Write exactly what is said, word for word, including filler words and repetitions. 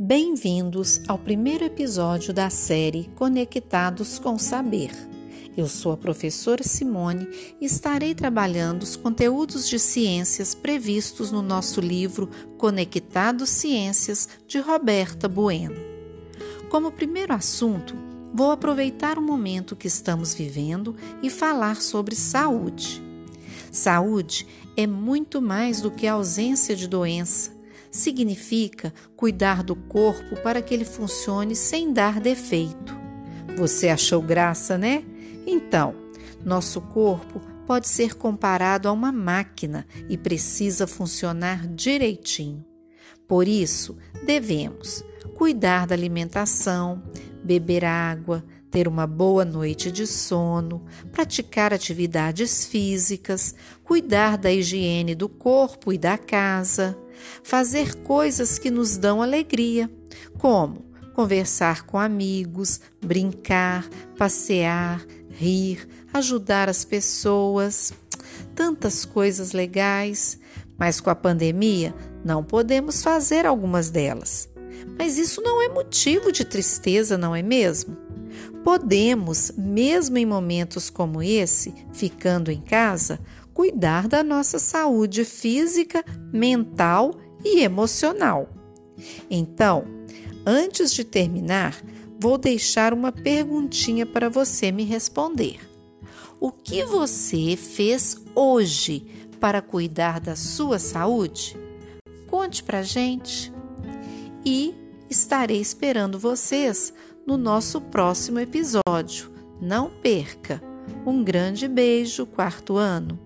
Bem-vindos ao primeiro episódio da série Conectados com Saber. Eu sou a professora Simone e estarei trabalhando os conteúdos de ciências previstos no nosso livro Conectados Ciências, de Roberta Bueno. Como primeiro assunto, vou aproveitar o momento que estamos vivendo e falar sobre saúde. Saúde é muito mais do que a ausência de doença. Significa cuidar do corpo para que ele funcione sem dar defeito. Você achou graça, né? Então, nosso corpo pode ser comparado a uma máquina e precisa funcionar direitinho. Por isso, devemos cuidar da alimentação, beber água, ter uma boa noite de sono, praticar atividades físicas, cuidar da higiene do corpo e da casa, fazer coisas que nos dão alegria, como conversar com amigos, brincar, passear, rir, ajudar as pessoas, tantas coisas legais, mas com a pandemia não podemos fazer algumas delas. Mas isso não é motivo de tristeza, não é mesmo? Podemos, mesmo em momentos como esse, ficando em casa, cuidar da nossa saúde física, mental e emocional. Então, antes de terminar, vou deixar uma perguntinha para você me responder. O que você fez hoje para cuidar da sua saúde? Conte pra gente. E estarei esperando vocês no nosso próximo episódio. Não perca! Um grande beijo, quarto ano!